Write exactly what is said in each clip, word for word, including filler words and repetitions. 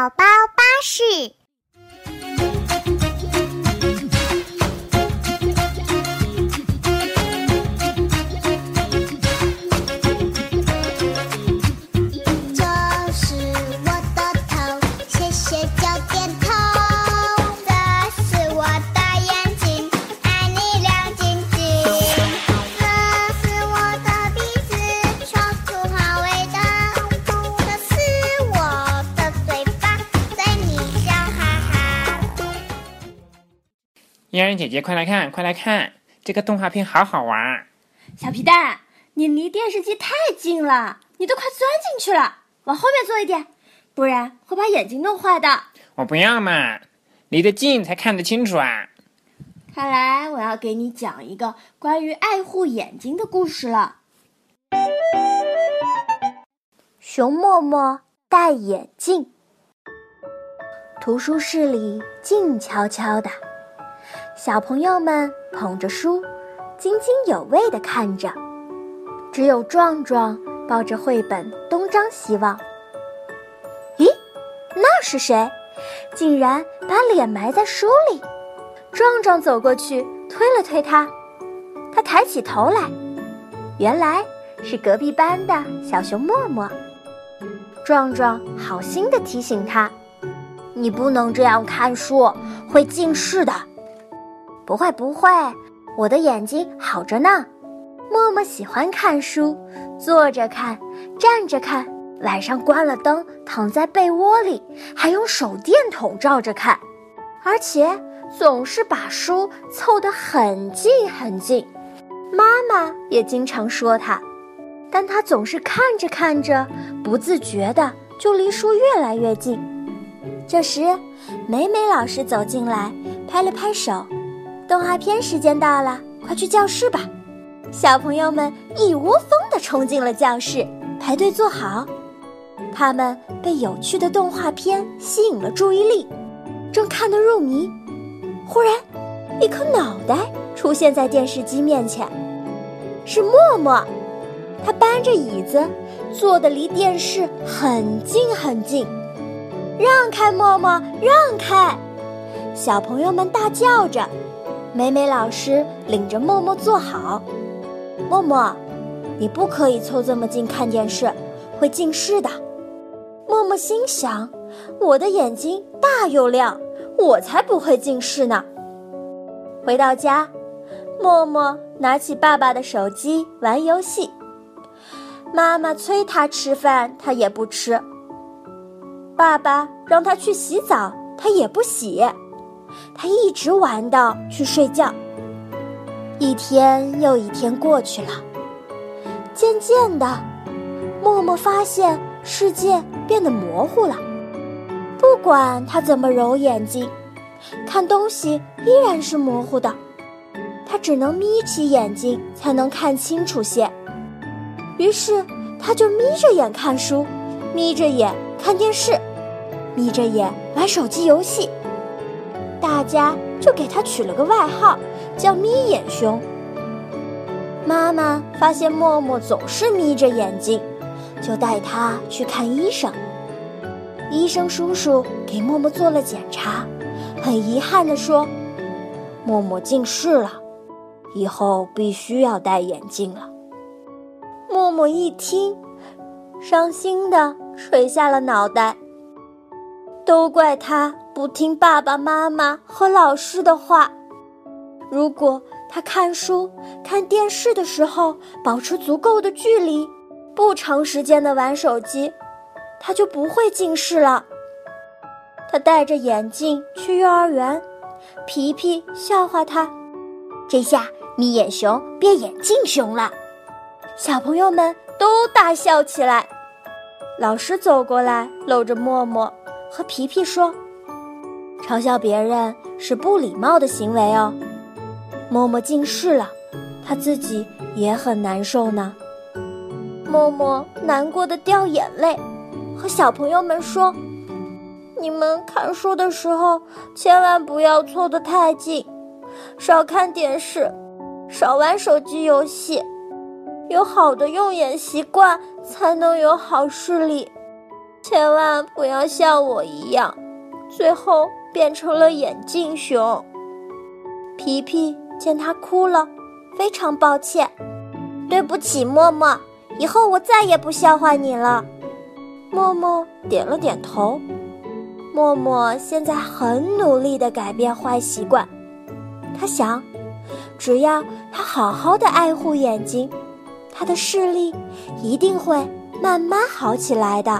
宝巴士。 燕人姐姐，快来看，快来看，这个动画片好好玩。 小皮蛋，你离电视机太近了，你都快钻进去了，往后面坐一点，不然会把眼睛弄坏的。 我不要嘛，离得近才看得清楚啊。 看来我要给你讲一个关于爱护眼睛的故事了。熊默默戴眼镜。图书室里静悄悄的，小朋友们捧着书，津津有味地看着。只有壮壮抱着绘本东张西望。咦，那是谁？竟然把脸埋在书里。壮壮走过去推了推他，他抬起头来，原来是隔壁班的小熊默默。壮壮好心地提醒他，你不能这样看书，会近视的。不会不会，我的眼睛好着呢。默默喜欢看书，坐着看，站着看，晚上关了灯，躺在被窝里，还用手电筒照着看，而且总是把书凑得很近很近。妈妈也经常说他，但他总是看着看着，不自觉的就离书越来越近。这时，美美老师走进来，拍了拍手，动画片时间到了，快去教室吧。小朋友们一窝蜂地冲进了教室，排队坐好。他们被有趣的动画片吸引了注意力，正看得入迷。忽然，一颗脑袋出现在电视机面前，是默默。他搬着椅子，坐得离电视很近很近。让开，默默，让开！小朋友们大叫着。美美老师领着默默坐好。默默，你不可以凑这么近看电视，会近视的。默默心想，我的眼睛大又亮，我才不会近视呢。回到家，默默拿起爸爸的手机玩游戏。妈妈催他吃饭，他也不吃。爸爸让他去洗澡，他也不洗。他一直玩到去睡觉。一天又一天过去了，渐渐的，默默发现世界变得模糊了。不管他怎么揉眼睛，看东西依然是模糊的。他只能眯起眼睛才能看清楚些。于是他就眯着眼看书，眯着眼看电视，眯着眼玩手机游戏。大家就给他取了个外号，叫眯眼熊。妈妈发现默默总是眯着眼睛，就带他去看医生。医生叔叔给默默做了检查，很遗憾地说，默默近视了，以后必须要戴眼镜了。默默一听，伤心地垂下了脑袋。都怪他不听爸爸妈妈和老师的话。如果他看书、看电视的时候保持足够的距离，不长时间的玩手机，他就不会近视了。他戴着眼镜去幼儿园，皮皮笑话他，这下眯眼熊变眼镜熊了。小朋友们都大笑起来。老师走过来，搂着默默和皮皮说，嘲笑别人是不礼貌的行为哦。默默近视了，他自己也很难受呢。默默难过的掉眼泪，和小朋友们说，你们看书的时候千万不要凑得太近，少看电视，少玩手机游戏，有好的用眼习惯才能有好视力。 千万不要像我一样，最后变成了眼镜熊。皮皮见他哭了，非常抱歉。对不起，默默，以后我再也不笑话你了。默默点了点头。默默现在很努力地改变坏习惯。他想，只要他好好地爱护眼睛，他的视力一定会慢慢好起来的。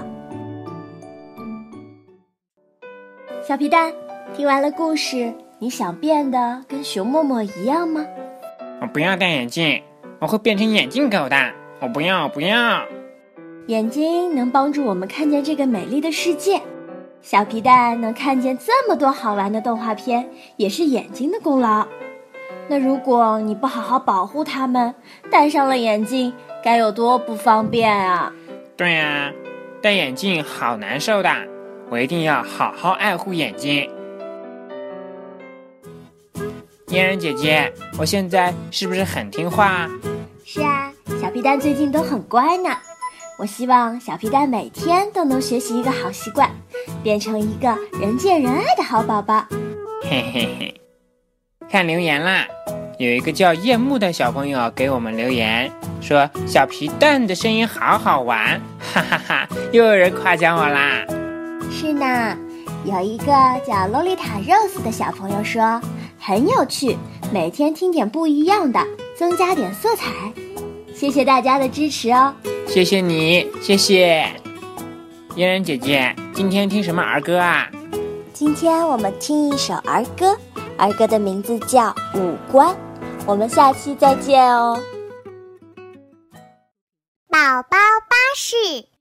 小皮蛋，听完了故事，你想变得跟熊默默一样吗？ 我不要戴眼镜，我会变成眼镜狗的。我不要，不要。 眼睛能帮助我们看见这个美丽的世界。小皮蛋能看见这么多好玩的动画片，也是眼睛的功劳。那如果你不好好保护它们，戴上了眼镜，该有多不方便啊！ 对啊，戴眼镜好难受的，我一定要好好爱护眼睛。嫣然姐姐，我现在是不是很听话？ 是啊，小皮蛋最近都很乖呢。我希望小皮蛋每天都能学习一个好习惯，变成一个人见人爱的好宝宝。 嘿嘿嘿，看留言啦，有一个叫夜幕的小朋友给我们留言，说小皮蛋的声音好好玩，哈哈哈，又有人夸奖我啦。 是呢，有一个叫洛丽塔 Rose 的小朋友说很有趣，每天听点不一样的，增加点色彩。谢谢大家的支持哦。 谢谢你，谢谢。嫣然姐姐，今天听什么儿歌啊？ 今天我们听一首儿歌，儿歌的名字叫《五官》。我们下期再见哦。 宝宝巴士